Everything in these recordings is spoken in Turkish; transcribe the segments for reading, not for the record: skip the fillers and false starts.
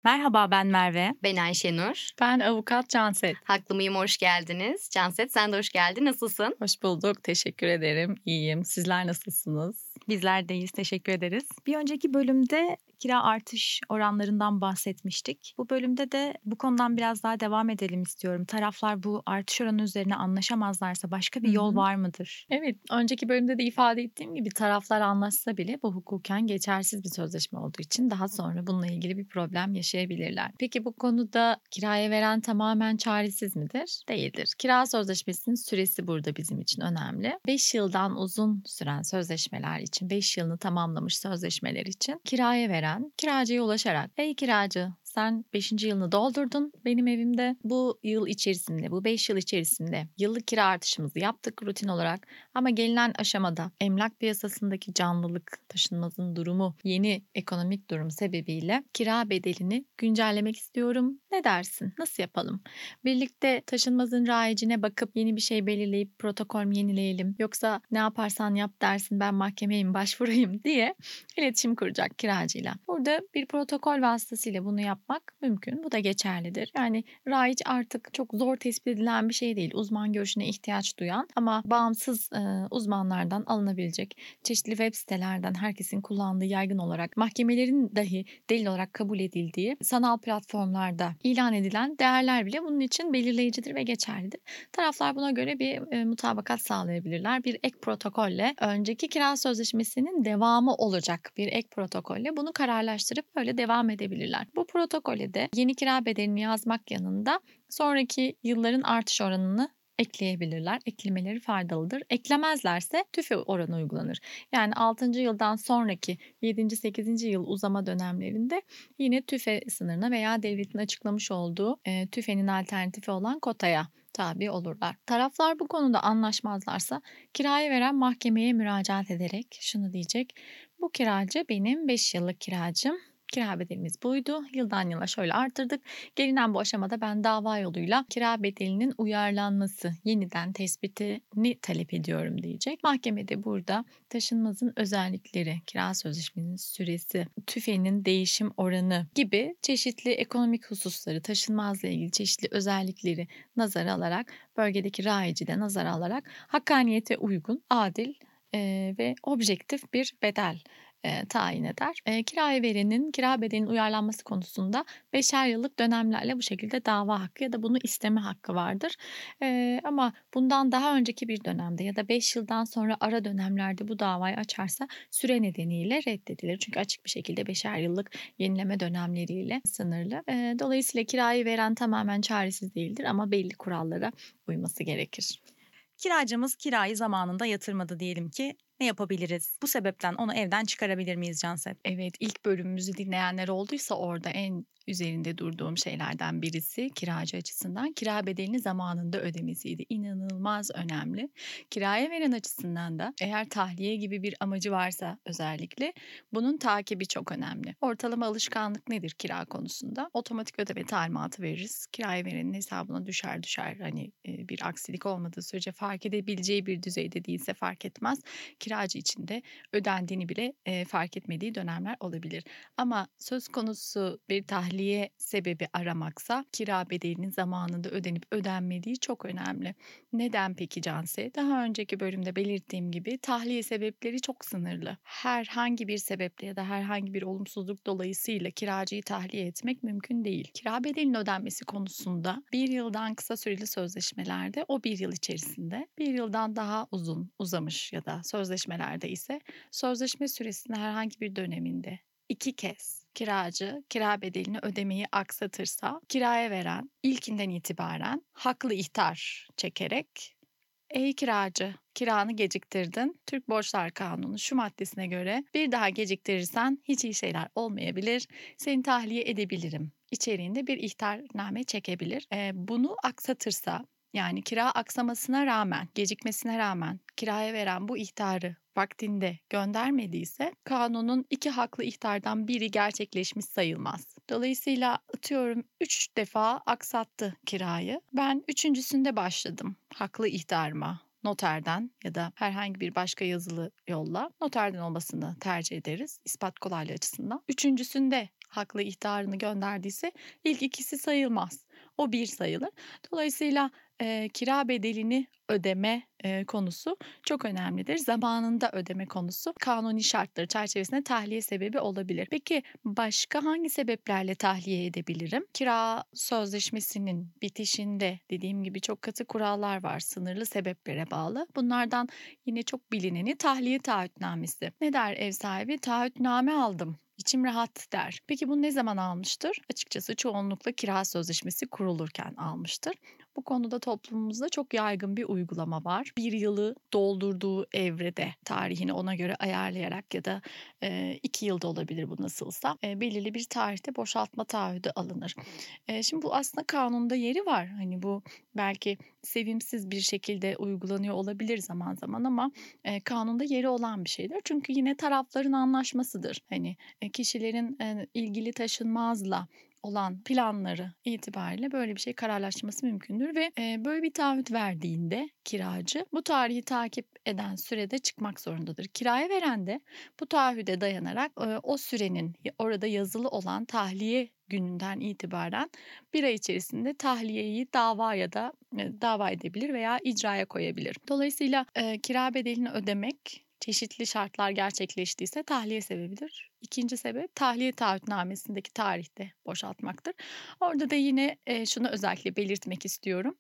Merhaba, ben Merve. Ben Ayşenur. Ben avukat Canset. Haklı mıyım? Hoş geldiniz. Canset, sen de hoş geldin. Nasılsın? Hoş bulduk. Teşekkür ederim. İyiyim. Sizler nasılsınız? Bizler deyiz, teşekkür ederiz. Bir önceki bölümde kira artış oranlarından bahsetmiştik. Bu bölümde de bu konudan biraz daha devam edelim istiyorum. Taraflar bu artış oranı üzerine anlaşamazlarsa başka bir yol var mıdır? Evet, önceki bölümde de ifade ettiğim gibi taraflar anlaşsa bile bu hukuken geçersiz bir sözleşme olduğu için daha sonra bununla ilgili bir problem yaşayabilirler. Peki bu konuda kiraya veren tamamen çaresiz midir? Değildir. Kira sözleşmesinin süresi burada bizim için önemli. 5 yıldan uzun süren sözleşmeler için, 5 yılını tamamlamış sözleşmeler için kiraya veren kiracıya ulaşarak "Ey kiracı, sen 5. yılını doldurdun benim evimde. Bu yıl içerisinde, bu 5 yıl içerisinde yıllık kira artışımızı yaptık rutin olarak. Ama gelinen aşamada emlak piyasasındaki canlılık, taşınmazın durumu, yeni ekonomik durum sebebiyle kira bedelini güncellemek istiyorum. Ne dersin? Nasıl yapalım? Birlikte taşınmazın rayicine bakıp yeni bir şey belirleyip protokol mü yenileyelim? Yoksa ne yaparsan yap dersin, ben mahkemeye mi başvurayım diye iletişim kuracak kiracıyla. Burada bir protokol vasıtasıyla bunu yapmak mümkün. Bu da geçerlidir. Yani raiç artık çok zor tespit edilen bir şey değil. Uzman görüşüne ihtiyaç duyan ama bağımsız uzmanlardan alınabilecek çeşitli web sitelerden herkesin kullandığı, yaygın olarak mahkemelerin dahi delil olarak kabul edildiği sanal platformlarda ilan edilen değerler bile bunun için belirleyicidir ve geçerlidir. Taraflar buna göre bir mutabakat sağlayabilirler. Bir ek protokolle önceki kira sözleşmesinin devamı olacak bir ek protokolle bunu kararlaştırıp öyle devam edebilirler. Bu protokolde de yeni kira bedelini yazmak yanında sonraki yılların artış oranını ekleyebilirler. Eklemeleri faydalıdır. Eklemezlerse tüfe oranı uygulanır. Yani 6. yıldan sonraki 7. 8. yıl uzama dönemlerinde yine tüfe sınırına veya devletin açıklamış olduğu tüfenin alternatifi olan kotaya tabi olurlar. Taraflar bu konuda anlaşmazlarsa kiraya veren mahkemeye müracaat ederek şunu diyecek: bu kiracı benim 5 yıllık kiracım. Kira bedelimiz buydu. Yıldan yıla şöyle arttırdık. Gelinen bu aşamada ben dava yoluyla kira bedelinin uyarlanması, yeniden tespitini talep ediyorum diyecek. Mahkemede burada taşınmazın özellikleri, kira sözleşmesinin süresi, tüfeğinin değişim oranı gibi çeşitli ekonomik hususları, taşınmazla ilgili çeşitli özellikleri nazara alarak, bölgedeki raici de nazara alarak hakkaniyete uygun, adil ve objektif bir bedel tayin eder. Kiraya verenin kira bedelinin uyarlanması konusunda 5'er yıllık dönemlerle bu şekilde dava hakkı ya da bunu isteme hakkı vardır. Ama bundan daha önceki bir dönemde ya da 5 yıldan sonra ara dönemlerde bu davayı açarsa süre nedeniyle reddedilir. Çünkü açık bir şekilde 5'er yıllık yenileme dönemleriyle sınırlı. Dolayısıyla kirayı veren tamamen çaresiz değildir ama belli kurallara uyması gerekir. Kiracımız kirayı zamanında yatırmadı diyelim ki. Ne yapabiliriz? Bu sebepten onu evden çıkarabilir miyiz Canset? Evet, ilk bölümümüzü dinleyenler olduysa orada en üzerinde durduğum şeylerden birisi kiracı açısından kira bedelini zamanında ödemesiydi. İnanılmaz önemli. Kiraya veren açısından da eğer tahliye gibi bir amacı varsa özellikle bunun takibi çok önemli. Ortalama alışkanlık nedir kira konusunda? Otomatik ödeme talimatı veririz. Kiraya verenin hesabına düşer. Hani bir aksilik olmadığı sürece fark edebileceği bir düzeyde değilse fark etmez. Kiracı için de ödendiğini bile fark etmediği dönemler olabilir. Ama söz konusu bir tahliye sebebi aramaksa kira bedelinin zamanında ödenip ödenmediği çok önemli. Neden peki Canse? Daha önceki bölümde belirttiğim gibi tahliye sebepleri çok sınırlı. Herhangi bir sebeple ya da herhangi bir olumsuzluk dolayısıyla kiracıyı tahliye etmek mümkün değil. Kira bedelinin ödenmesi konusunda bir yıldan kısa süreli sözleşmelerde o bir yıl içerisinde, bir yıldan daha uzamış ya da sözleşmelerde ise sözleşme süresinin herhangi bir döneminde 2 kez kiracı kira bedelini ödemeyi aksatırsa kiraya veren ilkinden itibaren haklı ihtar çekerek "Ey kiracı, kiranı geciktirdin. Türk Borçlar Kanunu şu maddesine göre bir daha geciktirirsen hiç iyi şeyler olmayabilir. Seni tahliye edebilirim" içeriğinde bir ihtarname çekebilir. Bunu aksatırsa, yani kira aksamasına rağmen, gecikmesine rağmen kiraya veren bu ihtarı vaktinde göndermediyse kanunun 2 haklı ihtardan biri gerçekleşmiş sayılmaz. Dolayısıyla atıyorum 3 defa aksattı kirayı. Ben 3.'sünde başladım haklı ihtarıma. Noterden ya da herhangi bir başka yazılı yolla, noterden olmasını tercih ederiz ispat kolaylığı açısından. 3.'sünde haklı ihtarını gönderdiyse ilk ikisi sayılmaz. O bir sayılır. Dolayısıyla kira bedelini ödeme konusu çok önemlidir. Zamanında ödeme konusu kanuni şartları çerçevesinde tahliye sebebi olabilir. Peki başka hangi sebeplerle tahliye edebilirim? Kira sözleşmesinin bitişinde dediğim gibi çok katı kurallar var, sınırlı sebeplere bağlı. Bunlardan yine çok bilineni tahliye taahhütnamesi. Ne der ev sahibi? Taahhütname aldım, İçim rahat der. Peki bunu ne zaman almıştır? Açıkçası çoğunlukla kira sözleşmesi kurulurken almıştır. Bu konuda toplumumuzda çok yaygın bir uygulama var. Bir yılı doldurduğu evrede tarihini ona göre ayarlayarak ya da 2 yılda olabilir bu nasılsa belirli bir tarihte boşaltma taahhüdü alınır. Şimdi bu aslında kanunda yeri var. Hani bu belki sevimsiz bir şekilde uygulanıyor olabilir zaman zaman ama kanunda yeri olan bir şeydir. Çünkü yine tarafların anlaşmasıdır. Hani kişilerin ilgili taşınmazla olan planları itibariyle böyle bir şey kararlaşması mümkündür ve böyle bir taahhüt verdiğinde kiracı bu tarihi takip eden sürede çıkmak zorundadır. Kiraya veren de bu taahhüde dayanarak o sürenin orada yazılı olan tahliye gününden itibaren bir ay içerisinde tahliyeyi dava ya da dava edebilir veya icraya koyabilir. Dolayısıyla kira bedelini ödemek çeşitli şartlar gerçekleştiyse tahliye sebebidir. İkinci sebep tahliye taahhütnamesindeki tarihte boşaltmaktır. Orada da yine şunu özellikle belirtmek istiyorum.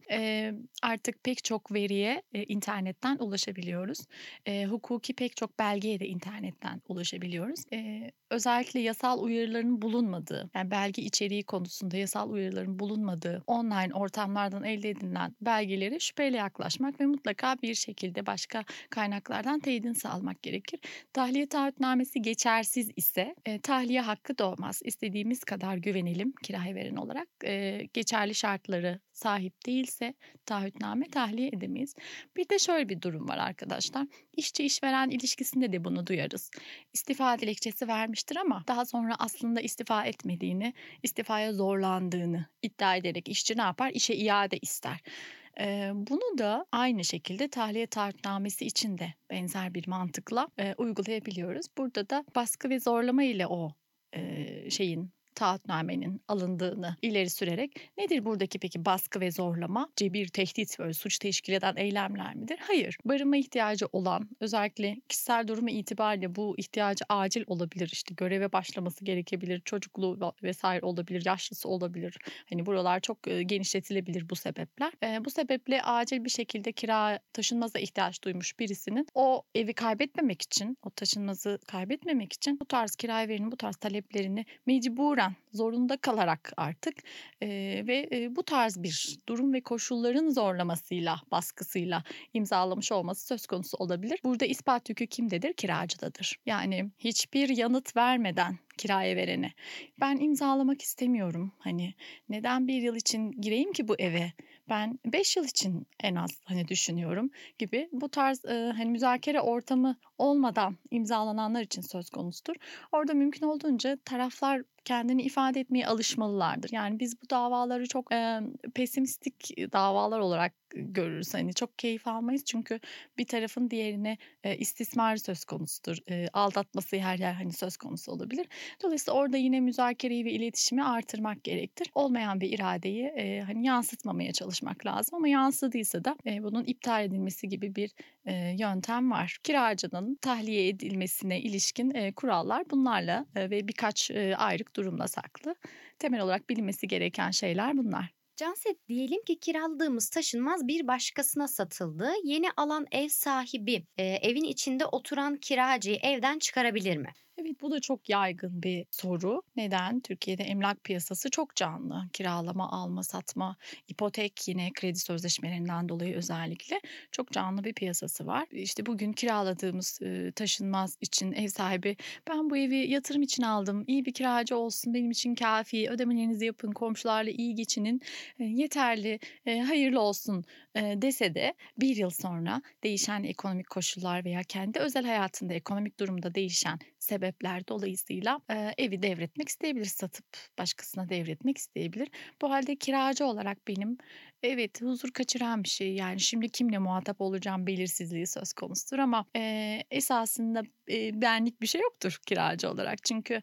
Artık pek çok veriye internetten ulaşabiliyoruz. Hukuki pek çok belgeye de internetten ulaşabiliyoruz. Özellikle yasal uyarıların bulunmadığı, yani belge içeriği konusunda yasal uyarıların bulunmadığı online ortamlardan elde edilen belgelere şüpheyle yaklaşmak ve mutlaka bir şekilde başka kaynaklardan teyidini sağlamak gerekir. Tahliye taahhütnamesi geçersiz ise tahliye hakkı doğmaz. İstediğimiz kadar güvenelim kiraya veren olarak. Geçerli şartları sahip değilse taahhütname tahliye edemeyiz. Bir de şöyle bir durum var arkadaşlar. İşçi işveren ilişkisinde de bunu duyarız. İstifa dilekçesi vermiştir ama daha sonra aslında istifa etmediğini, istifaya zorlandığını iddia ederek işçi ne yapar? İşe iade ister. Bunu da aynı şekilde tahliye taahhütnamesi için de benzer bir mantıkla uygulayabiliyoruz. Burada da baskı ve zorlama ile o taahhütnamenin alındığını ileri sürerek nedir buradaki peki baskı ve zorlama? Cebir, tehdit, böyle suç teşkil eden eylemler midir? Hayır. Barınma ihtiyacı olan, özellikle kişisel durumu itibariyle bu ihtiyacı acil olabilir. İşte göreve başlaması gerekebilir, çocukluğu vesaire olabilir, yaşlısı olabilir. Hani buralar çok genişletilebilir bu sebepler. Bu sebeple acil bir şekilde kira taşınmaza ihtiyaç duymuş birisinin o evi kaybetmemek için, o taşınmazı kaybetmemek için bu tarz kiraya verenin bu tarz taleplerini mecburen zorunda kalarak artık ve bu tarz bir durum ve koşulların zorlamasıyla, baskısıyla imzalamış olması söz konusu olabilir. Burada ispat yükü kimdedir? Kiracıdadır. Yani hiçbir yanıt vermeden kiraya verene ben imzalamak istemiyorum. Hani neden 1 yıl için gireyim ki bu eve? Ben 5 yıl için en az düşünüyorum gibi bu tarz hani müzakere ortamı olmadan imzalananlar için söz konusudur. Orada mümkün olduğunca taraflar kendini ifade etmeye alışmalılardır. Yani biz bu davaları çok pesimistik davalar olarak görürüz. Hani çok keyif almayız çünkü bir tarafın diğerine istismarı söz konusudur. Aldatması her yer söz konusu olabilir. Dolayısıyla orada yine müzakereyi ve iletişimi artırmak gerektir. Olmayan bir iradeyi yansıtmamaya çalışmak lazım ama yansıdıysa da bunun iptal edilmesi gibi bir yöntem var. Kiracının tahliye edilmesine ilişkin kurallar bunlarla ve birkaç ayrık durumla saklı. Temel olarak bilinmesi gereken şeyler bunlar. Canset, diyelim ki kiraladığımız taşınmaz bir başkasına satıldı. Yeni alan ev sahibi evin içinde oturan kiracıyı evden çıkarabilir mi? Evet, bu da çok yaygın bir soru. Neden? Türkiye'de emlak piyasası çok canlı. Kiralama, alma, satma, ipotek yine kredi sözleşmelerinden dolayı özellikle çok canlı bir piyasası var. İşte bugün kiraladığımız taşınmaz için ev sahibi ben bu evi yatırım için aldım. İyi bir kiracı olsun benim için kafi. Ödemelerinizi yapın, komşularla iyi geçinin. Yeterli, hayırlı olsun dese de 1 yıl sonra değişen ekonomik koşullar veya kendi özel hayatında ekonomik durumda değişen sebepler dolayısıyla evi devretmek isteyebilir, satıp başkasına devretmek isteyebilir. Bu halde kiracı olarak benim Evet, huzur kaçıran bir şey. Yani şimdi kimle muhatap olacağım belirsizliği söz konusudur ama esasında benlik bir şey yoktur kiracı olarak. Çünkü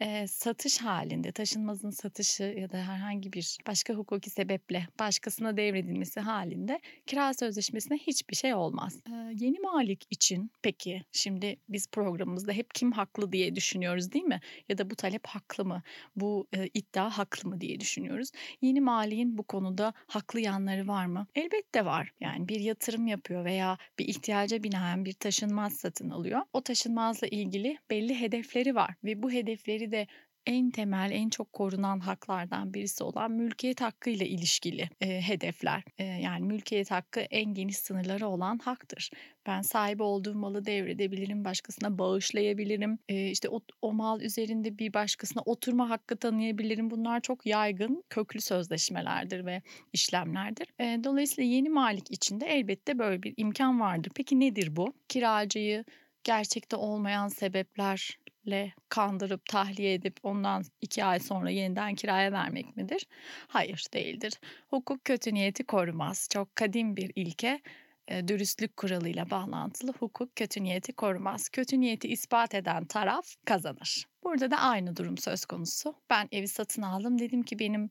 satış halinde, taşınmazın satışı ya da herhangi bir başka hukuki sebeple başkasına devredilmesi halinde kira sözleşmesine hiçbir şey olmaz. Yeni malik için peki şimdi biz programımızda hep kim haklı diye düşünüyoruz değil mi? Ya da bu talep haklı mı? Bu iddia haklı mı diye düşünüyoruz. Yeni maliğin bu konuda haklı yanları var mı? Elbette var. Yani bir yatırım yapıyor veya bir ihtiyaca binaen bir taşınmaz satın alıyor. O taşınmazla ilgili belli hedefleri var ve bu hedefleri de en temel, en çok korunan haklardan birisi olan mülkiyet hakkıyla ilişkili hedefler. Yani mülkiyet hakkı en geniş sınırları olan haktır. Ben sahip olduğum malı devredebilirim, başkasına bağışlayabilirim. İşte o mal üzerinde bir başkasına oturma hakkı tanıyabilirim. Bunlar çok yaygın, köklü sözleşmelerdir ve işlemlerdir. Dolayısıyla yeni malik içinde elbette böyle bir imkan vardır. Peki nedir bu? Kiracıyı gerçekte olmayan sebeplerle kandırıp tahliye edip ondan 2 ay sonra yeniden kiraya vermek midir? Hayır, değildir. Hukuk kötü niyeti korumaz. Çok kadim bir ilke. Dürüstlük kuralıyla bağlantılı hukuk kötü niyeti korumaz. Kötü niyeti ispat eden taraf kazanır. Burada da aynı durum söz konusu. Ben evi satın aldım. Dedim ki benim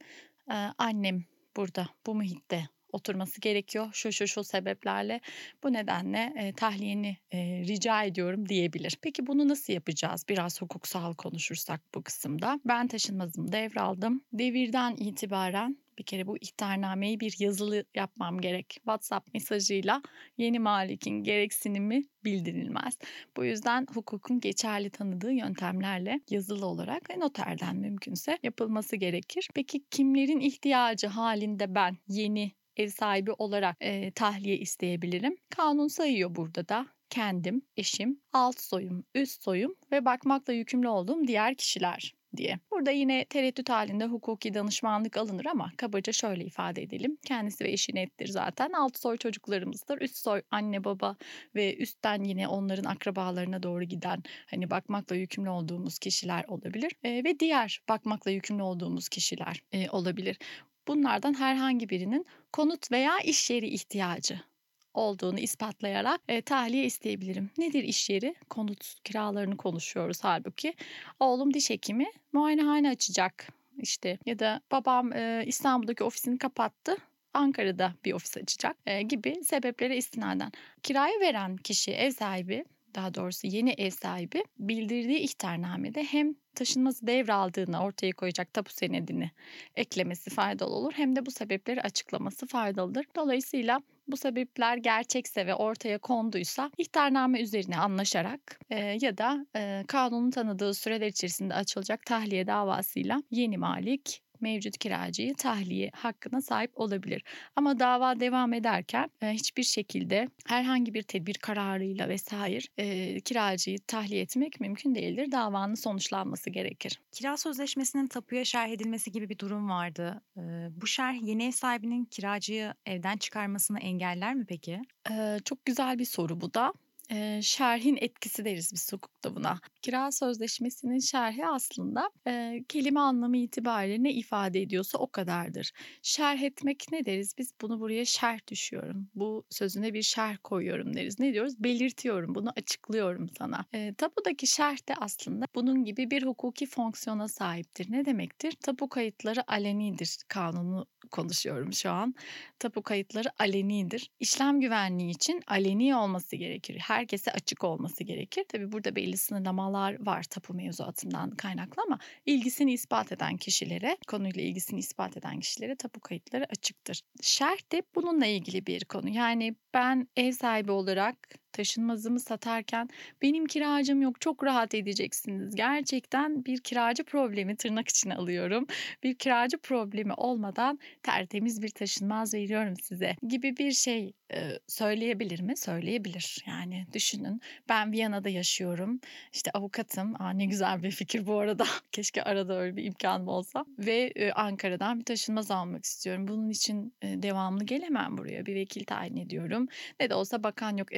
annem burada bu muhitte oturması gerekiyor. Şu sebeplerle bu nedenle tahliyeni rica ediyorum diyebilir. Peki bunu nasıl yapacağız? Biraz hukuksal konuşursak bu kısımda. Ben taşınmazımı devraldım. Devirden itibaren bir kere bu ihtarnameyi bir yazılı yapmam gerek. WhatsApp mesajıyla yeni malikin gereksinimi bildirilmez. Bu yüzden hukukun geçerli tanıdığı yöntemlerle yazılı olarak ve noterden mümkünse yapılması gerekir. Peki kimlerin ihtiyacı halinde ben yeni ev sahibi olarak tahliye isteyebilirim? Kanun sayıyor burada da. Kendim, eşim, alt soyum, üst soyum ve bakmakla yükümlü olduğum diğer kişiler diye. Burada yine tereddüt halinde hukuki danışmanlık alınır ama kabaca şöyle ifade edelim. Kendisi ve eşi nettir zaten. Alt soy çocuklarımızdır. Üst soy anne baba ve üstten yine onların akrabalarına doğru giden hani bakmakla yükümlü olduğumuz kişiler olabilir. Ve diğer bakmakla yükümlü olduğumuz kişiler olabilir. Bunlardan herhangi birinin konut veya iş yeri ihtiyacı olduğunu ispatlayarak tahliye isteyebilirim. Nedir iş yeri? Konut kiralarını konuşuyoruz halbuki. Oğlum diş hekimi muayenehane açacak işte ya da babam İstanbul'daki ofisini kapattı. Ankara'da bir ofis açacak gibi sebeplere istinaden. Kiraya veren kişi ev sahibi daha doğrusu yeni ev sahibi bildirdiği ihtarnamede hem taşınması devraldığını ortaya koyacak tapu senedini eklemesi faydalı olur hem de bu sebepleri açıklaması faydalıdır. Dolayısıyla bu sebepler gerçekse ve ortaya konduysa ihtarname üzerine anlaşarak ya da kanunun tanıdığı süreler içerisinde açılacak tahliye davasıyla yeni malik mevcut kiracıyı tahliye hakkına sahip olabilir. Ama dava devam ederken hiçbir şekilde herhangi bir tedbir kararıyla vesaire kiracıyı tahliye etmek mümkün değildir. Davanın sonuçlanması gerekir. Kira sözleşmesinin tapuya şerh edilmesi gibi bir durum vardı. Bu şerh yeni ev sahibinin kiracıyı evden çıkarmasını engeller mi peki? Çok güzel bir soru bu da. Şerhin etkisi deriz biz hukukta buna. Kira sözleşmesinin şerhi aslında kelime anlamı itibariyle ne ifade ediyorsa o kadardır. Şerh etmek ne deriz? Biz bunu buraya şerh düşüyorum. Bu sözüne bir şerh koyuyorum deriz. Ne diyoruz? Belirtiyorum, bunu açıklıyorum sana. Tapudaki şerh de aslında bunun gibi bir hukuki fonksiyona sahiptir. Ne demektir? Tapu kayıtları alenidir. Kanunu konuşuyorum şu an. Tapu kayıtları alenidir. İşlem güvenliği için aleni olması gerekir. Herkese açık olması gerekir. Tabii burada belli sınırlamalar var tapu mevzuatından kaynaklı ama ilgisini ispat eden kişilere, konuyla ilgisini ispat eden kişilere tapu kayıtları açıktır. Şerh de bununla ilgili bir konu. Yani ben ev sahibi olarak taşınmazımı satarken benim kiracım yok, çok rahat edeceksiniz. Gerçekten bir kiracı problemi tırnak içine alıyorum. Bir kiracı problemi olmadan tertemiz bir taşınmaz veriyorum size gibi bir şey söyleyebilir mi? Söyleyebilir. Yani düşünün, ben Viyana'da yaşıyorum. İşte avukatım. Ne güzel bir fikir bu arada. Keşke arada öyle bir imkanım olsa. Ve Ankara'dan bir taşınmaz almak istiyorum. Bunun için devamlı gelemem buraya. Bir vekil tayin ediyorum. Ne de olsa bakan yok, eden yok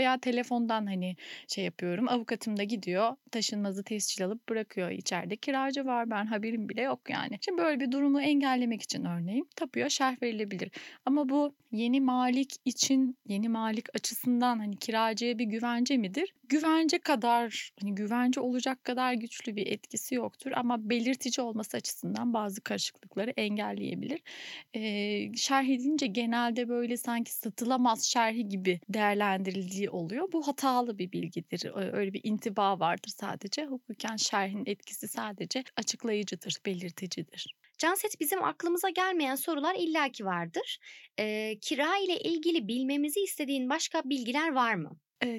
veya telefondan hani şey yapıyorum. Avukatım da gidiyor, taşınmazı tescil alıp bırakıyor. İçeride kiracı var, ben haberim bile yok yani. Şimdi böyle bir durumu engellemek için örneğin tapuya şerh verilebilir. Ama bu yeni malik için, yeni malik açısından hani kiracıya bir güvence midir? Güvence kadar, hani güvence olacak kadar güçlü bir etkisi yoktur ama belirtici olması açısından bazı karışıklıkları engelleyebilir. Şerh edince genelde böyle sanki satılamaz şerhi gibi değerlendirildiği oluyor. Bu hatalı bir bilgidir. Öyle bir intiba vardır sadece. Hukuken şerhin etkisi sadece açıklayıcıdır, belirticidir. Canset, bizim aklımıza gelmeyen sorular illaki vardır. Kira ile ilgili bilmemizi istediğin başka bilgiler var mı?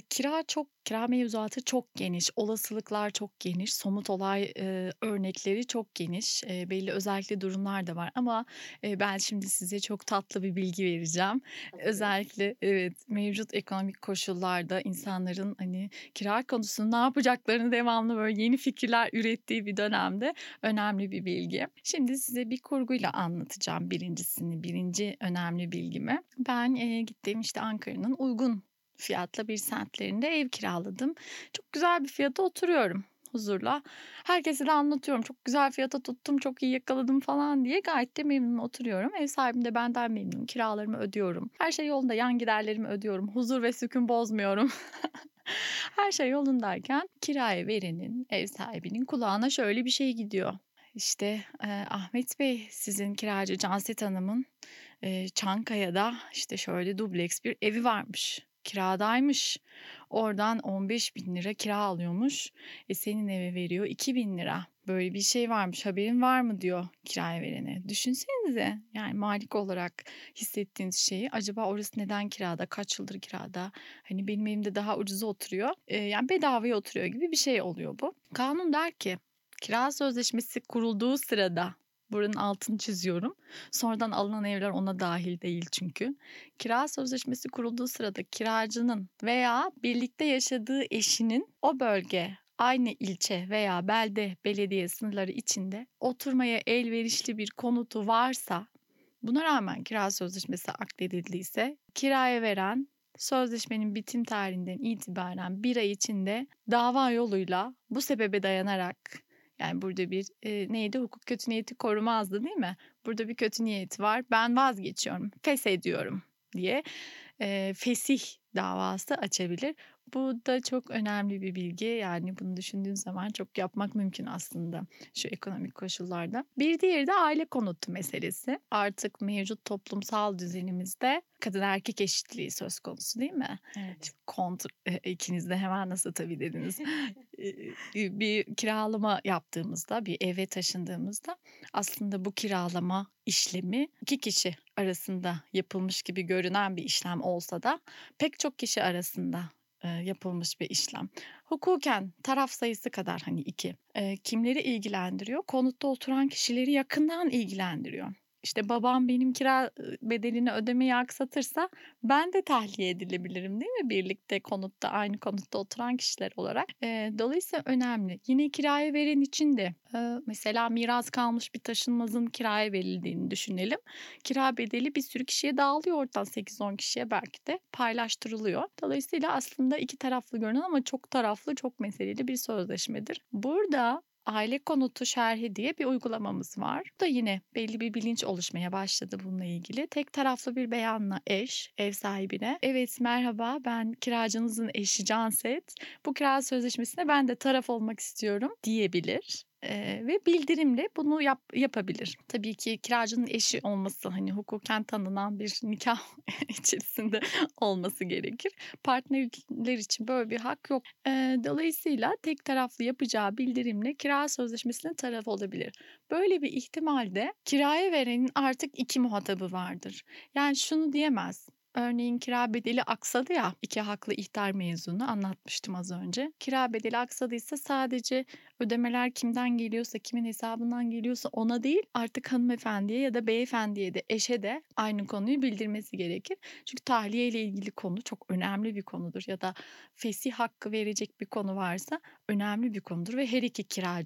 Kira mevzuatı çok geniş, olasılıklar çok geniş, somut olay örnekleri çok geniş, belli özellikle durumlar da var ama ben şimdi size çok tatlı bir bilgi vereceğim. Özellikle evet, mevcut ekonomik koşullarda insanların hani kira konusunda ne yapacaklarını devamlı böyle yeni fikirler ürettiği bir dönemde önemli bir bilgi. Şimdi size bir kurguyla anlatacağım birinci önemli bilgimi. Ben gittim işte Ankara'nın uygun fiyatla bir semtlerinde ev kiraladım. Çok güzel bir fiyata oturuyorum huzurla. Herkese de anlatıyorum. Çok güzel fiyata tuttum, çok iyi yakaladım falan diye gayet de memnun oturuyorum. Ev sahibim de benden memnun. Kiralarımı ödüyorum. Her şey yolunda. Yan giderlerimi ödüyorum. Huzur ve sükun bozmuyorum. Her şey yolundayken kiraya verenin, ev sahibinin kulağına şöyle bir şey gidiyor. İşte Ahmet Bey, sizin kiracı Canset Hanım'ın Çankaya'da işte şöyle dubleks bir evi varmış. Kiradaymış. Oradan 15.000 lira kira alıyormuş. Senin eve veriyor 2.000 lira. Böyle bir şey varmış, haberin var mı diyor kiraya verene. Düşünsenize, yani malik olarak hissettiğiniz şeyi. Acaba orası neden kirada, kaç yıldır kirada? Hani benim evimde daha ucuza oturuyor. Yani bedavaya oturuyor gibi bir şey oluyor bu. Kanun der ki kira sözleşmesi kurulduğu sırada, buranın altını çiziyorum, sonradan alınan evler ona dahil değil çünkü. Kira sözleşmesi kurulduğu sırada kiracının veya birlikte yaşadığı eşinin o bölge, aynı ilçe veya belde belediye sınırları içinde oturmaya elverişli bir konutu varsa, buna rağmen kira sözleşmesi akdedildiyse, kiraya veren sözleşmenin bitim tarihinden itibaren 1 ay içinde dava yoluyla bu sebebe dayanarak, yani burada bir neydi, hukuk kötü niyeti korumazdı değil mi? Burada bir kötü niyet var, ben vazgeçiyorum, feshediyorum diye fesih davası açabilir. Bu da çok önemli bir bilgi. Yani bunu düşündüğün zaman çok yapmak mümkün aslında şu ekonomik koşullarda. Bir diğeri de aile konutu meselesi. Artık mevcut toplumsal düzenimizde kadın erkek eşitliği söz konusu değil mi? Evet. İkiniz de hemen nasıl tabii dediniz. Bir kiralama yaptığımızda, bir eve taşındığımızda aslında bu kiralama işlemi 2 kişi arasında yapılmış gibi görünen bir işlem olsa da pek çok kişi arasında yapılmış bir işlem. Hukuken taraf sayısı kadar hani 2. Kimleri ilgilendiriyor? Konutta oturan kişileri yakından ilgilendiriyor. İşte babam benim kira bedelini ödemeyi aksatırsa ben de tahliye edilebilirim değil mi? Birlikte konutta, aynı konutta oturan kişiler olarak. Dolayısıyla önemli. Yine kiraya veren için de mesela miras kalmış bir taşınmazın kiraya verildiğini düşünelim. Kira bedeli bir sürü kişiye dağılıyor, oradan 8-10 kişiye belki de paylaştırılıyor. Dolayısıyla aslında 2 taraflı görünen ama çok taraflı, çok meseleli bir sözleşmedir. Burada aile konutu şerhi diye bir uygulamamız var. Bu da yine belli bir bilinç oluşmaya başladı bununla ilgili. Tek taraflı bir beyanla eş, ev sahibine, evet merhaba ben kiracınızın eşi Canset, bu kira sözleşmesine ben de taraf olmak istiyorum diyebilir. Ve bildirimle bunu yapabilir. Tabii ki kiracının eşi olması, hani hukuken tanınan bir nikah içerisinde olması gerekir. Partnerler için böyle bir hak yok. Dolayısıyla tek taraflı yapacağı bildirimle kira sözleşmesine taraf olabilir. Böyle bir ihtimalde kiraya verenin artık 2 muhatabı vardır. Yani şunu diyemez. Örneğin kira bedeli aksadı ya, 2 haklı ihtar mevzunu anlatmıştım az önce. Kira bedeli aksadıysa sadece ödemeler kimden geliyorsa, kimin hesabından geliyorsa ona değil, artık hanımefendiye ya da beyefendiye de, eşe de aynı konuyu bildirmesi gerekir. Çünkü tahliye ile ilgili konu çok önemli bir konudur ya da fesih hakkı verecek bir konu varsa önemli bir konudur ve her iki kiracı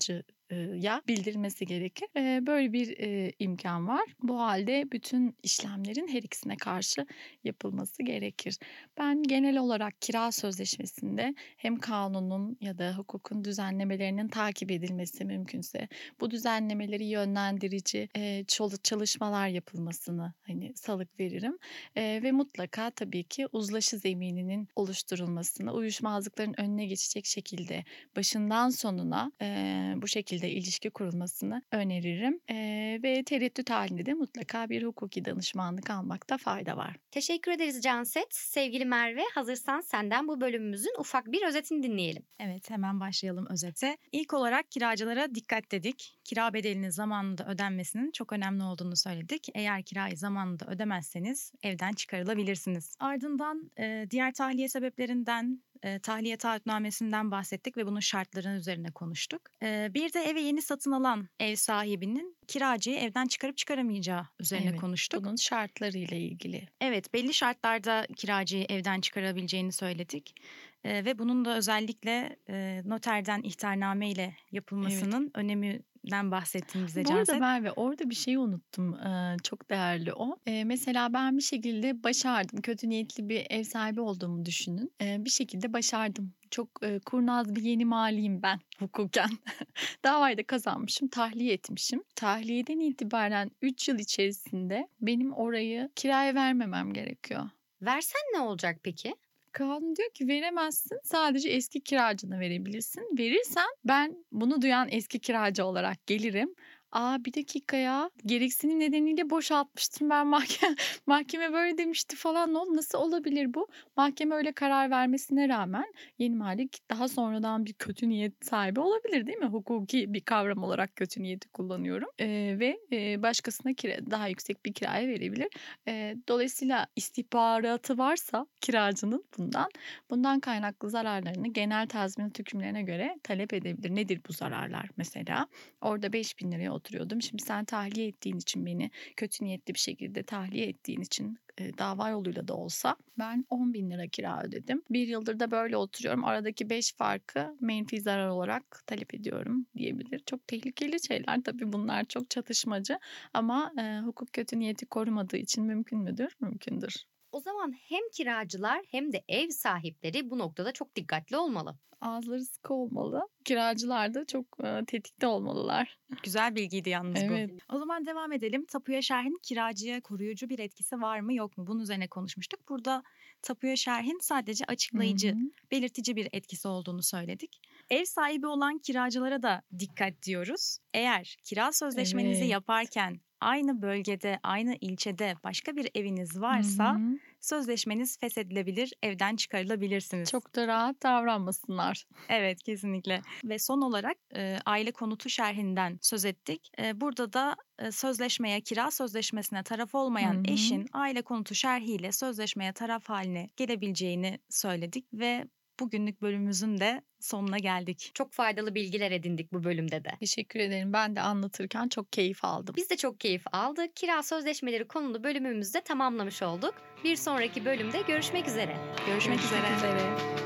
ya bildirmesi gerekir. Böyle bir imkan var. Bu halde bütün işlemlerin her ikisine karşı yapılması gerekir. Ben genel olarak kira sözleşmesinde hem kanunun ya da hukukun düzenlemelerinin takip edilmesi mümkünse bu düzenlemeleri yönlendirici çalışmalar yapılmasını salık veririm. Ve mutlaka tabii ki uzlaşı zemininin oluşturulmasını, uyuşmazlıkların önüne geçecek şekilde başından sonuna bu şekilde ilişki kurulmasını öneririm. Ve tereddüt halinde de mutlaka bir hukuki danışmanlık almakta fayda var. Teşekkür ederiz Canset. Sevgili Merve, hazırsan senden bu bölümümüzün ufak bir özetini dinleyelim. Evet, hemen başlayalım özete. İlk olarak kiracılara dikkat dedik. Kira bedelinin zamanında ödenmesinin çok önemli olduğunu söyledik. Eğer kirayı zamanında ödemezseniz evden çıkarılabilirsiniz. Ardından diğer tahliye sebeplerinden, tahliye taahhütnamesinden bahsettik ve bunun şartlarının üzerine konuştuk. Bir de eve yeni satın alan ev sahibinin kiracıyı evden çıkarıp çıkaramayacağı üzerine konuştuk. Bunun şartlarıyla ilgili. Evet, belli şartlarda kiracıyı evden çıkarabileceğini söyledik. Ve bunun da özellikle noterden ihtarname ile yapılmasının öneminden bahsettin bize Canset. Bu arada Merve, orada bir şey unuttum. Çok değerli o. Mesela ben bir şekilde başardım. Kötü niyetli bir ev sahibi olduğumu düşünün. Bir şekilde başardım. Çok kurnaz bir yeni maliyim ben hukuken. Davayı da kazanmışım, tahliye etmişim. Tahliyeden itibaren 3 yıl içerisinde benim orayı kiraya vermemem gerekiyor. Versen ne olacak peki? Kanun diyor ki veremezsin, sadece eski kiracına verebilirsin. Verirsen ben bunu duyan eski kiracı olarak gelirim. Bir dakika ya, gereksinim nedeniyle boşaltmıştım ben, mahkeme böyle demişti falan, ne oldu, nasıl olabilir bu? Mahkeme öyle karar vermesine rağmen yeni malik daha sonradan bir kötü niyet sahibi olabilir, değil mi? Hukuki bir kavram olarak kötü niyeti kullanıyorum. Ve başkasına daha yüksek bir kiraya verebilir. Dolayısıyla istihbaratı varsa kiracının bundan kaynaklı zararlarını genel tazminat hükümlerine göre talep edebilir. Nedir bu zararlar mesela? Orada 5.000 liraya oturuyordum. Şimdi sen tahliye ettiğin için, beni kötü niyetli bir şekilde tahliye ettiğin için dava yoluyla da olsa ben 10.000 lira kira ödedim. 1 yıldır da böyle oturuyorum. Aradaki 5 farkı menfi zarar olarak talep ediyorum diyebilir. Çok tehlikeli şeyler tabii, bunlar çok çatışmacı ama hukuk kötü niyeti korumadığı için mümkün müdür? Mümkündür. O zaman hem kiracılar hem de ev sahipleri bu noktada çok dikkatli olmalı. Ağızları sıkı olmalı. Kiracılar da çok tetikte olmalılar. Güzel bilgiydi yalnız Evet. bu. O zaman devam edelim. Tapuya şerhin kiracıya koruyucu bir etkisi var mı yok mu? Bunun üzerine konuşmuştuk. Burada tapuya şerhin sadece açıklayıcı, belirtici bir etkisi olduğunu söyledik. Ev sahibi olan kiracılara da dikkat diyoruz. Eğer kira sözleşmenizi yaparken aynı bölgede, aynı ilçede başka bir eviniz varsa sözleşmeniz feshedilebilir, evden çıkarılabilirsiniz. Çok da rahat davranmasınlar. Evet, kesinlikle. Ve son olarak aile konutu şerhinden söz ettik. Burada da sözleşmeye, kira sözleşmesine taraf olmayan eşin aile konutu şerhiyle sözleşmeye taraf haline gelebileceğini söyledik ve bugünlük bölümümüzün de sonuna geldik. Çok faydalı bilgiler edindik bu bölümde de. Teşekkür ederim. Ben de anlatırken çok keyif aldım. Biz de çok keyif aldık. Kira sözleşmeleri konulu bölümümüzü de tamamlamış olduk. Bir sonraki bölümde görüşmek üzere. Görüşmek üzere.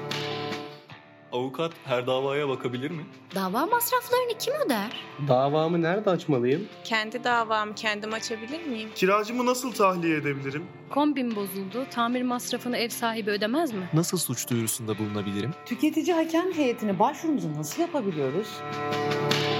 Avukat her davaya bakabilir mi? Dava masraflarını kim öder? Davamı nerede açmalıyım? Kendi davamı kendim açabilir miyim? Kiracımı nasıl tahliye edebilirim? Kombin bozuldu. Tamir masrafını ev sahibi ödemez mi? Nasıl suç duyurusunda bulunabilirim? Tüketici hakem heyetine başvurumuzu nasıl yapabiliyoruz?